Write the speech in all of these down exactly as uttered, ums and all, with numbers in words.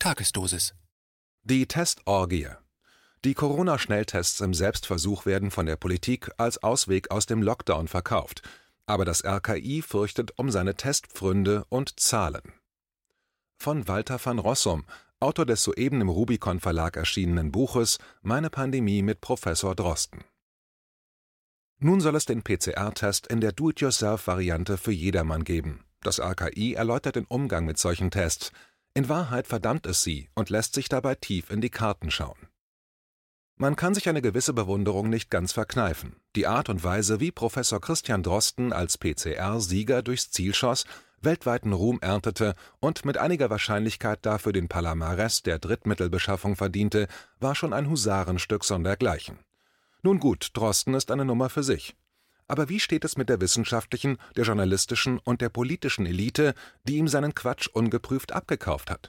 Tagesdosis. Die Testorgie. Die Corona-Schnelltests im Selbstversuch werden von der Politik als Ausweg aus dem Lockdown verkauft. Aber das R K I fürchtet um seine Testpfründe und Zahlen. Von Walter van Rossum, Autor des soeben im Rubicon Verlag erschienenen Buches »Meine Pandemie mit Professor Drosten«. Nun soll es den P C R-Test in der Do-it-yourself-Variante für jedermann geben. Das R K I erläutert den Umgang mit solchen Tests. In Wahrheit verdammt es sie und lässt sich dabei tief in die Karten schauen. Man kann sich eine gewisse Bewunderung nicht ganz verkneifen. Die Art und Weise, wie Professor Christian Drosten als P C R-Sieger durchs Ziel schoss, weltweiten Ruhm erntete und mit einiger Wahrscheinlichkeit dafür den Palmares der Drittmittelbeschaffung verdiente, war schon ein Husarenstück sondergleichen. Nun gut, Drosten ist eine Nummer für sich. Aber wie steht es mit der wissenschaftlichen, der journalistischen und der politischen Elite, die ihm seinen Quatsch ungeprüft abgekauft hat?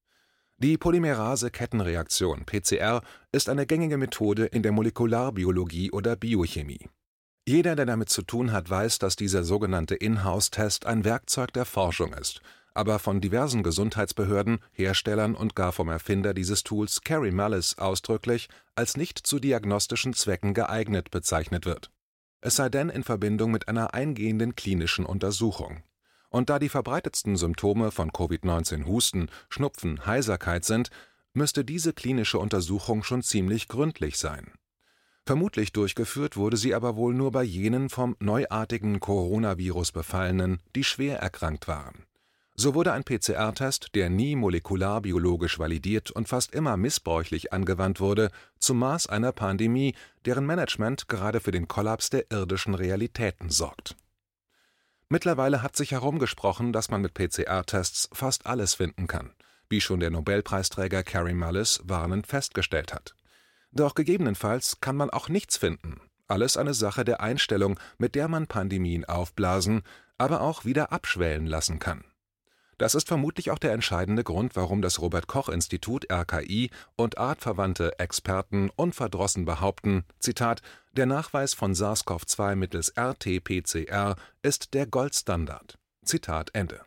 Die Polymerase-Kettenreaktion P C R ist eine gängige Methode in der Molekularbiologie oder Biochemie. Jeder, der damit zu tun hat, weiß, dass dieser sogenannte In-house-Test ein Werkzeug der Forschung ist, aber von diversen Gesundheitsbehörden, Herstellern und gar vom Erfinder dieses Tools, Kary Mullis, ausdrücklich als nicht zu diagnostischen Zwecken geeignet bezeichnet wird. Es sei denn in Verbindung mit einer eingehenden klinischen Untersuchung. Und da die verbreitetsten Symptome von Covid neunzehn Husten, Schnupfen, Heiserkeit sind, müsste diese klinische Untersuchung schon ziemlich gründlich sein. Vermutlich durchgeführt wurde sie aber wohl nur bei jenen vom neuartigen Coronavirus befallenen, die schwer erkrankt waren. So wurde ein P C R-Test, der nie molekularbiologisch validiert und fast immer missbräuchlich angewandt wurde, zum Maß einer Pandemie, deren Management gerade für den Kollaps der irdischen Realitäten sorgt. Mittlerweile hat sich herumgesprochen, dass man mit P C R-Tests fast alles finden kann, wie schon der Nobelpreisträger Kary Mullis warnend festgestellt hat. Doch gegebenenfalls kann man auch nichts finden. Alles eine Sache der Einstellung, mit der man Pandemien aufblasen, aber auch wieder abschwellen lassen kann. Das ist vermutlich auch der entscheidende Grund, warum das Robert-Koch-Institut R K I und artverwandte Experten unverdrossen behaupten, Zitat, der Nachweis von SARS-CoV zwei mittels R T P C R ist der Goldstandard. Zitat Ende.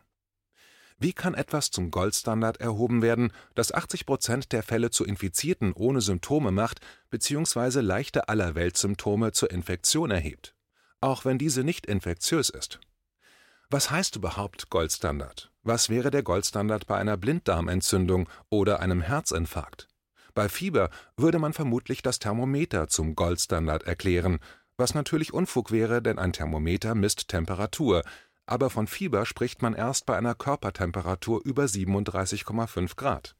Wie kann etwas zum Goldstandard erhoben werden, das achtzig Prozent der Fälle zu Infizierten ohne Symptome macht, bzw. leichte Allerweltssymptome zur Infektion erhebt, auch wenn diese nicht infektiös ist? Was heißt überhaupt Goldstandard? Was wäre der Goldstandard bei einer Blinddarmentzündung oder einem Herzinfarkt? Bei Fieber würde man vermutlich das Thermometer zum Goldstandard erklären, was natürlich Unfug wäre, denn ein Thermometer misst Temperatur, aber von Fieber spricht man erst bei einer Körpertemperatur über siebenunddreißig Komma fünf Grad.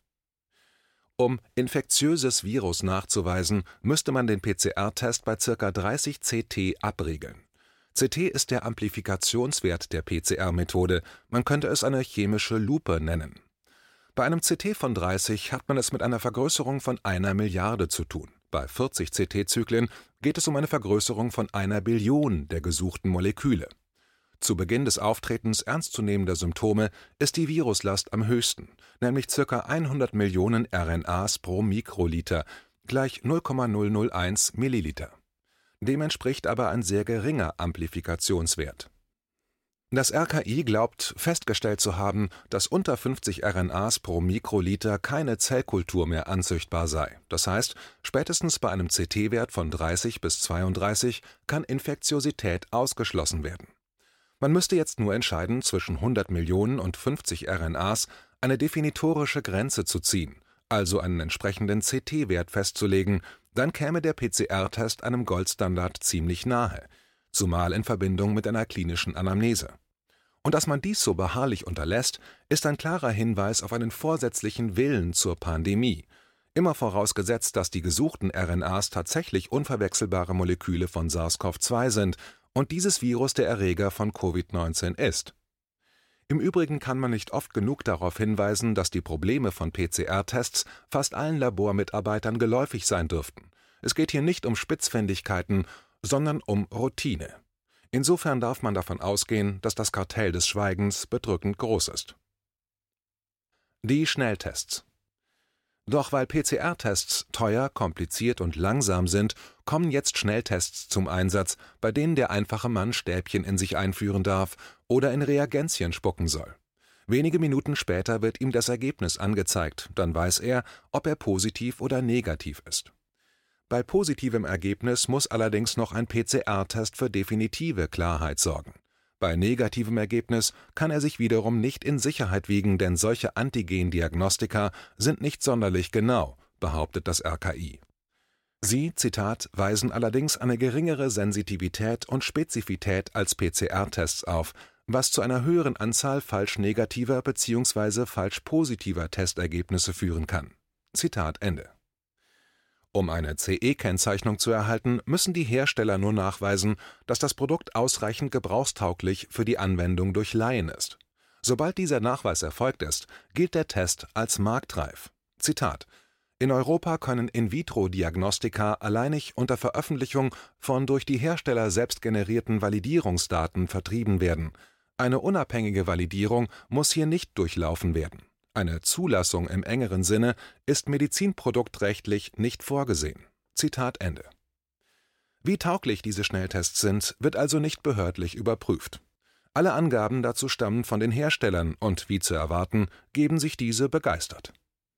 Um infektiöses Virus nachzuweisen, müsste man den P C R-Test bei ca. dreißig C T abriegeln. C T ist der Amplifikationswert der P C R-Methode, man könnte es eine chemische Lupe nennen. Bei einem C T von dreißig hat man es mit einer Vergrößerung von einer Milliarde zu tun. Bei vierzig C T-Zyklen geht es um eine Vergrößerung von einer Billion der gesuchten Moleküle. Zu Beginn des Auftretens ernstzunehmender Symptome ist die Viruslast am höchsten, nämlich ca. hundert Millionen R N As pro Mikroliter, gleich null Komma null null eins Milliliter. Dem entspricht aber ein sehr geringer Amplifikationswert. Das R K I glaubt, festgestellt zu haben, dass unter fünfzig R N As pro Mikroliter keine Zellkultur mehr anzüchtbar sei. Das heißt, spätestens bei einem C T-Wert von dreißig bis zweiunddreißig kann Infektiosität ausgeschlossen werden. Man müsste jetzt nur entscheiden, zwischen hundert Millionen und fünfzig R N As eine definitorische Grenze zu ziehen, also einen entsprechenden C T-Wert festzulegen, dann käme der P C R-Test einem Goldstandard ziemlich nahe, zumal in Verbindung mit einer klinischen Anamnese. Und dass man dies so beharrlich unterlässt, ist ein klarer Hinweis auf einen vorsätzlichen Willen zur Pandemie, immer vorausgesetzt, dass die gesuchten R N As tatsächlich unverwechselbare Moleküle von SARS-CoV zwei sind und dieses Virus der Erreger von Covid neunzehn ist. Im Übrigen kann man nicht oft genug darauf hinweisen, dass die Probleme von P C R-Tests fast allen Labormitarbeitern geläufig sein dürften. Es geht hier nicht um Spitzfindigkeiten, sondern um Routine. Insofern darf man davon ausgehen, dass das Kartell des Schweigens bedrückend groß ist. Die Schnelltests. Doch weil P C R-Tests teuer, kompliziert und langsam sind, kommen jetzt Schnelltests zum Einsatz, bei denen der einfache Mann Stäbchen in sich einführen darf oder in Reagenzien spucken soll. Wenige Minuten später wird ihm das Ergebnis angezeigt, dann weiß er, ob er positiv oder negativ ist. Bei positivem Ergebnis muss allerdings noch ein P C R-Test für definitive Klarheit sorgen. Bei negativem Ergebnis kann er sich wiederum nicht in Sicherheit wiegen, denn solche Antigendiagnostika sind nicht sonderlich genau, behauptet das R K I. Sie, Zitat, weisen allerdings eine geringere Sensitivität und Spezifität als P C R-Tests auf, was zu einer höheren Anzahl falsch negativer bzw. falsch positiver Testergebnisse führen kann. Zitat Ende. Um eine C E-Kennzeichnung zu erhalten, müssen die Hersteller nur nachweisen, dass das Produkt ausreichend gebrauchstauglich für die Anwendung durch Laien ist. Sobald dieser Nachweis erfolgt ist, gilt der Test als marktreif. Zitat: In Europa können In-vitro-Diagnostika alleinig unter Veröffentlichung von durch die Hersteller selbst generierten Validierungsdaten vertrieben werden. Eine unabhängige Validierung muss hier nicht durchlaufen werden. Eine Zulassung im engeren Sinne ist medizinproduktrechtlich nicht vorgesehen. Zitat Ende. Wie tauglich diese Schnelltests sind, wird also nicht behördlich überprüft. Alle Angaben dazu stammen von den Herstellern und, wie zu erwarten, geben sich diese begeistert.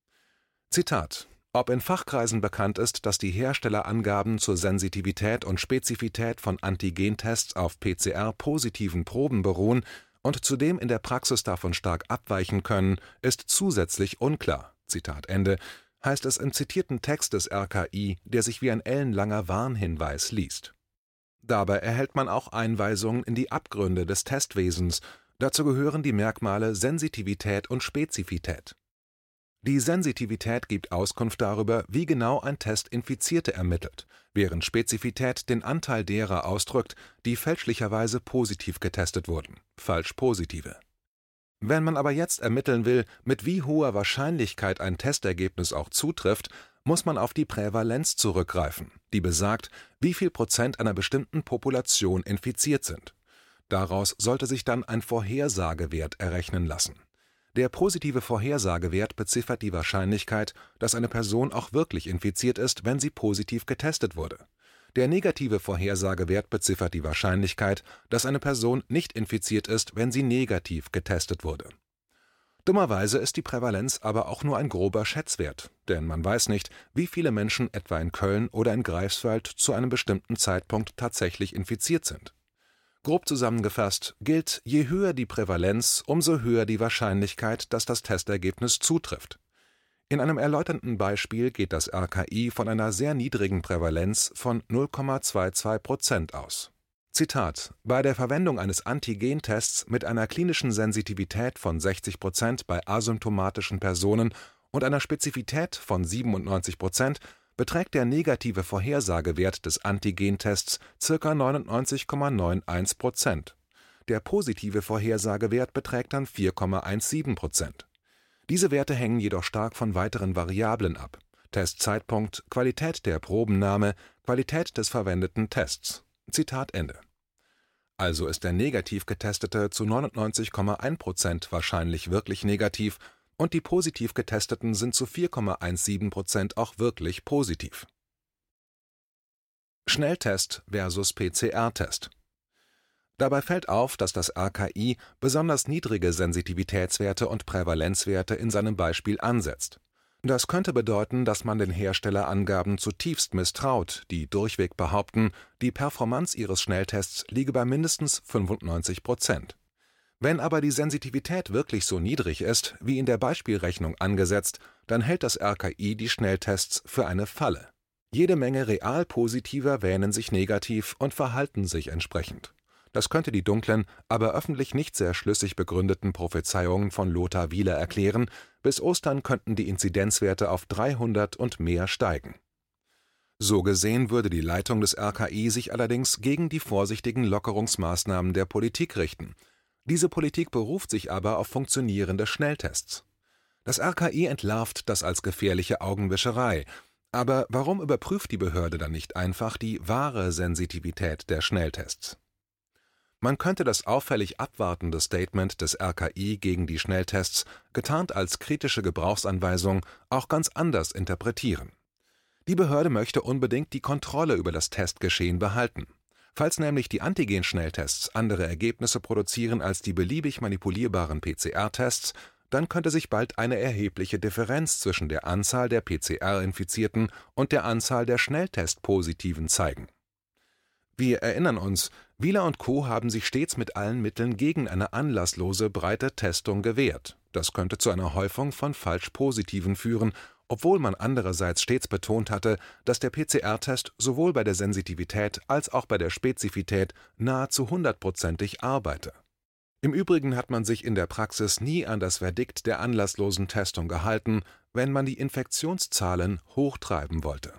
Zitat: Ob in Fachkreisen bekannt ist, dass die Herstellerangaben zur Sensitivität und Spezifität von Antigentests auf P C R-positiven Proben beruhen und zudem in der Praxis davon stark abweichen können, ist zusätzlich unklar. Zitat Ende, heißt es im zitierten Text des R K I, der sich wie ein ellenlanger Warnhinweis liest. Dabei erhält man auch Einweisungen in die Abgründe des Testwesens. Dazu gehören die Merkmale Sensitivität und Spezifität. Die Sensitivität gibt Auskunft darüber, wie genau ein Test Infizierte ermittelt, während Spezifität den Anteil derer ausdrückt, die fälschlicherweise positiv getestet wurden, falsch Positive. Wenn man aber jetzt ermitteln will, mit wie hoher Wahrscheinlichkeit ein Testergebnis auch zutrifft, muss man auf die Prävalenz zurückgreifen, die besagt, wie viel Prozent einer bestimmten Population infiziert sind. Daraus sollte sich dann ein Vorhersagewert errechnen lassen. Der positive Vorhersagewert beziffert die Wahrscheinlichkeit, dass eine Person auch wirklich infiziert ist, wenn sie positiv getestet wurde. Der negative Vorhersagewert beziffert die Wahrscheinlichkeit, dass eine Person nicht infiziert ist, wenn sie negativ getestet wurde. Dummerweise ist die Prävalenz aber auch nur ein grober Schätzwert, denn man weiß nicht, wie viele Menschen etwa in Köln oder in Greifswald zu einem bestimmten Zeitpunkt tatsächlich infiziert sind. Grob zusammengefasst gilt, je höher die Prävalenz, umso höher die Wahrscheinlichkeit, dass das Testergebnis zutrifft. In einem erläuternden Beispiel geht das R K I von einer sehr niedrigen Prävalenz von null Komma zweiundzwanzig Prozent aus. Zitat: Bei der Verwendung eines Antigentests mit einer klinischen Sensitivität von sechzig Prozent bei asymptomatischen Personen und einer Spezifität von siebenundneunzig Prozent beträgt der negative Vorhersagewert des Antigentests ca. neunundneunzig Komma einundneunzig Prozent. Der positive Vorhersagewert beträgt dann vier Komma siebzehn Prozent. Diese Werte hängen jedoch stark von weiteren Variablen ab: Testzeitpunkt, Qualität der Probennahme, Qualität des verwendeten Tests. Zitat Ende. Also ist der negativ Getestete zu neunundneunzig Komma eins Prozent wahrscheinlich wirklich negativ und die positiv Getesteten sind zu vier Komma siebzehn Prozent auch wirklich positiv. Schnelltest versus P C R-Test. Dabei fällt auf, dass das R K I besonders niedrige Sensitivitätswerte und Prävalenzwerte in seinem Beispiel ansetzt. Das könnte bedeuten, dass man den Herstellerangaben zutiefst misstraut, die durchweg behaupten, die Performance ihres Schnelltests liege bei mindestens fünfundneunzig Prozent. Wenn aber die Sensitivität wirklich so niedrig ist, wie in der Beispielrechnung angesetzt, dann hält das R K I die Schnelltests für eine Falle. Jede Menge Realpositiver wähnen sich negativ und verhalten sich entsprechend. Das könnte die dunklen, aber öffentlich nicht sehr schlüssig begründeten Prophezeiungen von Lothar Wieler erklären, bis Ostern könnten die Inzidenzwerte auf dreihundert und mehr steigen. So gesehen würde die Leitung des R K I sich allerdings gegen die vorsichtigen Lockerungsmaßnahmen der Politik richten. Diese Politik beruft sich aber auf funktionierende Schnelltests. Das R K I entlarvt das als gefährliche Augenwischerei. Aber warum überprüft die Behörde dann nicht einfach die wahre Sensitivität der Schnelltests? Man könnte das auffällig abwartende Statement des R K I gegen die Schnelltests, getarnt als kritische Gebrauchsanweisung, auch ganz anders interpretieren. Die Behörde möchte unbedingt die Kontrolle über das Testgeschehen behalten. Falls nämlich die Antigen-Schnelltests andere Ergebnisse produzieren als die beliebig manipulierbaren P C R-Tests, dann könnte sich bald eine erhebliche Differenz zwischen der Anzahl der P C R-Infizierten und der Anzahl der Schnelltest-Positiven zeigen. Wir erinnern uns, Wieler und Co. haben sich stets mit allen Mitteln gegen eine anlasslose, breite Testung gewehrt. Das könnte zu einer Häufung von Falsch-Positiven führen, obwohl man andererseits stets betont hatte, dass der P C R-Test sowohl bei der Sensitivität als auch bei der Spezifität nahezu hundertprozentig arbeite. Im Übrigen hat man sich in der Praxis nie an das Verdikt der anlasslosen Testung gehalten, wenn man die Infektionszahlen hochtreiben wollte.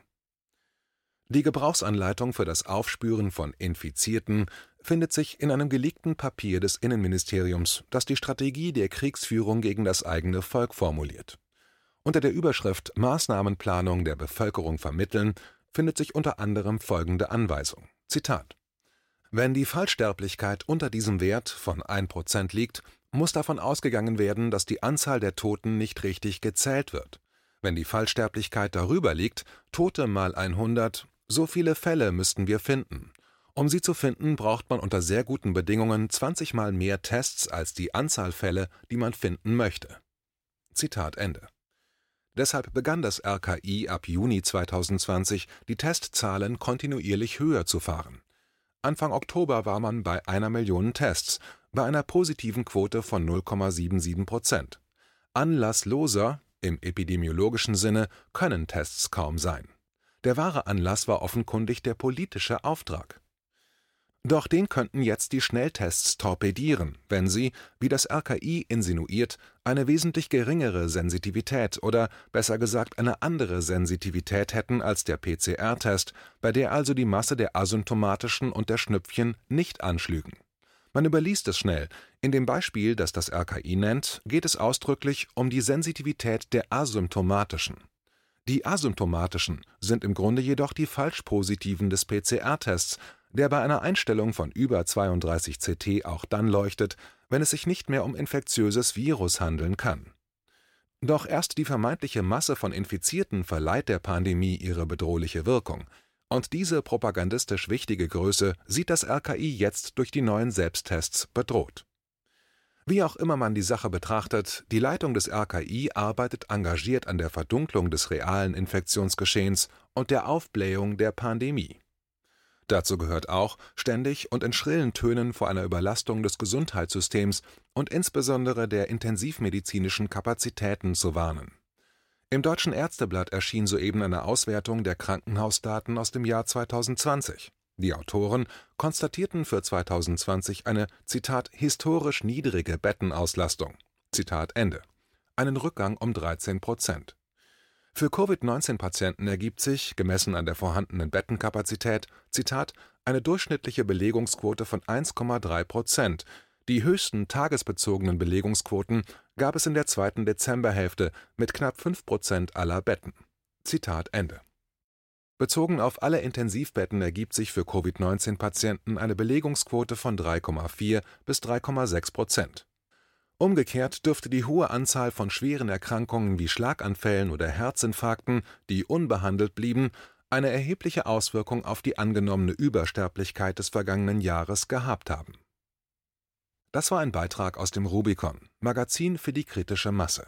Die Gebrauchsanleitung für das Aufspüren von Infizierten findet sich in einem geleakten Papier des Innenministeriums, das die Strategie der Kriegsführung gegen das eigene Volk formuliert. Unter der Überschrift Maßnahmenplanung der Bevölkerung vermitteln findet sich unter anderem folgende Anweisung. Zitat: Wenn die Fallsterblichkeit unter diesem Wert von ein Prozent liegt, muss davon ausgegangen werden, dass die Anzahl der Toten nicht richtig gezählt wird. Wenn die Fallsterblichkeit darüber liegt, Tote mal hundert, so viele Fälle müssten wir finden. Um sie zu finden, braucht man unter sehr guten Bedingungen zwanzig Mal mehr Tests als die Anzahl Fälle, die man finden möchte. Zitat Ende. Deshalb begann das R K I ab Juni zweitausendzwanzig, die Testzahlen kontinuierlich höher zu fahren. Anfang Oktober war man bei einer Million Tests, bei einer positiven Quote von null Komma siebenundsiebzig Prozent. Anlassloser, im epidemiologischen Sinne, können Tests kaum sein. Der wahre Anlass war offenkundig der politische Auftrag. Doch den könnten jetzt die Schnelltests torpedieren, wenn sie, wie das R K I insinuiert, eine wesentlich geringere Sensitivität oder, besser gesagt, eine andere Sensitivität hätten als der P C R-Test, bei der also die Masse der asymptomatischen und der Schnüpfchen nicht anschlügen. Man überliest es schnell. In dem Beispiel, das das R K I nennt, geht es ausdrücklich um die Sensitivität der asymptomatischen. Die asymptomatischen sind im Grunde jedoch die Falschpositiven des P C R-Tests, der bei einer Einstellung von über zweiunddreißig C T auch dann leuchtet, wenn es sich nicht mehr um infektiöses Virus handeln kann. Doch erst die vermeintliche Masse von Infizierten verleiht der Pandemie ihre bedrohliche Wirkung. Und diese propagandistisch wichtige Größe sieht das R K I jetzt durch die neuen Selbsttests bedroht. Wie auch immer man die Sache betrachtet, die Leitung des R K I arbeitet engagiert an der Verdunklung des realen Infektionsgeschehens und der Aufblähung der Pandemie. Dazu gehört auch, ständig und in schrillen Tönen vor einer Überlastung des Gesundheitssystems und insbesondere der intensivmedizinischen Kapazitäten zu warnen. Im Deutschen Ärzteblatt erschien soeben eine Auswertung der Krankenhausdaten aus dem Jahr zweitausendzwanzig. Die Autoren konstatierten für zweitausendzwanzig eine, Zitat, historisch niedrige Bettenauslastung, Zitat Ende, einen Rückgang um dreizehn Prozent. Für Covid neunzehn Patienten ergibt sich, gemessen an der vorhandenen Bettenkapazität, Zitat, eine durchschnittliche Belegungsquote von eins Komma drei Prozent. Die höchsten tagesbezogenen Belegungsquoten gab es in der zweiten Dezemberhälfte mit knapp fünf Prozent aller Betten. Zitat Ende. Bezogen auf alle Intensivbetten ergibt sich für Covid neunzehn Patienten eine Belegungsquote von drei Komma vier bis drei Komma sechs Prozent. Umgekehrt dürfte die hohe Anzahl von schweren Erkrankungen wie Schlaganfällen oder Herzinfarkten, die unbehandelt blieben, eine erhebliche Auswirkung auf die angenommene Übersterblichkeit des vergangenen Jahres gehabt haben. Das war ein Beitrag aus dem Rubicon, Magazin für die kritische Masse.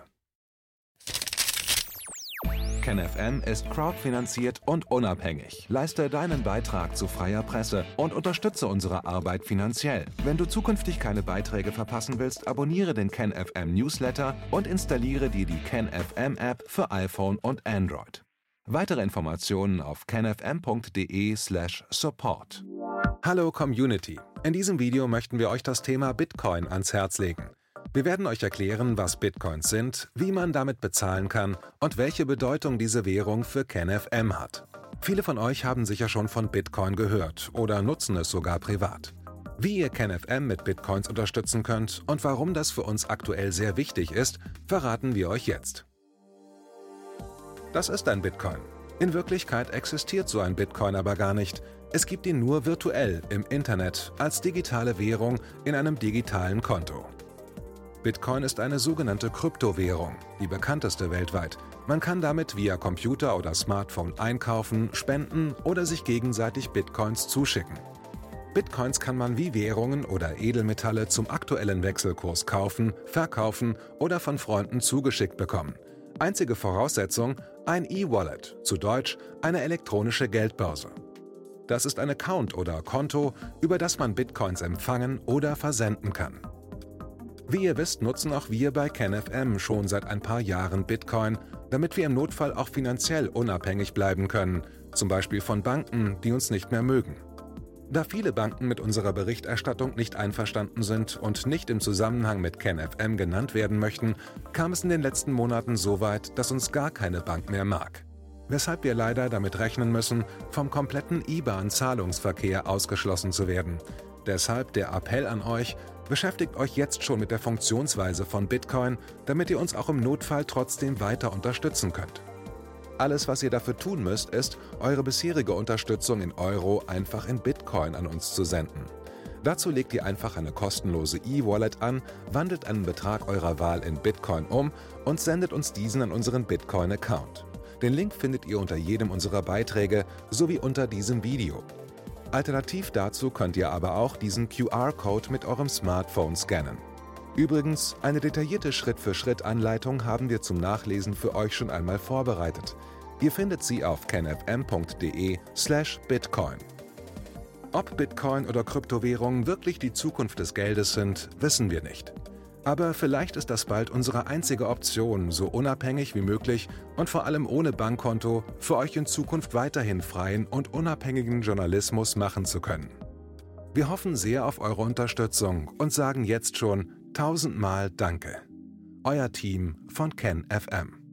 KenFM ist crowdfinanziert und unabhängig. Leiste deinen Beitrag zu freier Presse und unterstütze unsere Arbeit finanziell. Wenn du zukünftig keine Beiträge verpassen willst, abonniere den KenFM Newsletter und installiere dir die KenFM App für iPhone und Android. Weitere Informationen auf kenfm.de slash support. Hallo Community! In diesem Video möchten wir euch das Thema Bitcoin ans Herz legen. Wir werden euch erklären, was Bitcoins sind, wie man damit bezahlen kann und welche Bedeutung diese Währung für KenFM hat. Viele von euch haben sicher schon von Bitcoin gehört oder nutzen es sogar privat. Wie ihr KenFM mit Bitcoins unterstützen könnt und warum das für uns aktuell sehr wichtig ist, verraten wir euch jetzt. Das ist ein Bitcoin. In Wirklichkeit existiert so ein Bitcoin aber gar nicht. Es gibt ihn nur virtuell im Internet als digitale Währung in einem digitalen Konto. Bitcoin ist eine sogenannte Kryptowährung, die bekannteste weltweit. Man kann damit via Computer oder Smartphone einkaufen, spenden oder sich gegenseitig Bitcoins zuschicken. Bitcoins kann man wie Währungen oder Edelmetalle zum aktuellen Wechselkurs kaufen, verkaufen oder von Freunden zugeschickt bekommen. Einzige Voraussetzung: ein E-Wallet, zu Deutsch eine elektronische Geldbörse. Das ist ein Account oder Konto, über das man Bitcoins empfangen oder versenden kann. Wie ihr wisst, nutzen auch wir bei KenFM schon seit ein paar Jahren Bitcoin, damit wir im Notfall auch finanziell unabhängig bleiben können, zum Beispiel von Banken, die uns nicht mehr mögen. Da viele Banken mit unserer Berichterstattung nicht einverstanden sind und nicht im Zusammenhang mit KenFM genannt werden möchten, kam es in den letzten Monaten so weit, dass uns gar keine Bank mehr mag. Weshalb wir leider damit rechnen müssen, vom kompletten I B A N-Zahlungsverkehr ausgeschlossen zu werden. Deshalb der Appell an euch: Beschäftigt euch jetzt schon mit der Funktionsweise von Bitcoin, damit ihr uns auch im Notfall trotzdem weiter unterstützen könnt. Alles, was ihr dafür tun müsst, ist, eure bisherige Unterstützung in Euro einfach in Bitcoin an uns zu senden. Dazu legt ihr einfach eine kostenlose E-Wallet an, wandelt einen Betrag eurer Wahl in Bitcoin um und sendet uns diesen an unseren Bitcoin-Account. Den Link findet ihr unter jedem unserer Beiträge sowie unter diesem Video. Alternativ dazu könnt ihr aber auch diesen Q R-Code mit eurem Smartphone scannen. Übrigens, eine detaillierte Schritt-für-Schritt-Anleitung haben wir zum Nachlesen für euch schon einmal vorbereitet. Ihr findet sie auf kenfm punkt de slash bitcoin. Ob Bitcoin oder Kryptowährungen wirklich die Zukunft des Geldes sind, wissen wir nicht. Aber vielleicht ist das bald unsere einzige Option, so unabhängig wie möglich und vor allem ohne Bankkonto für euch in Zukunft weiterhin freien und unabhängigen Journalismus machen zu können. Wir hoffen sehr auf eure Unterstützung und sagen jetzt schon tausendmal Danke. Euer Team von KenFM.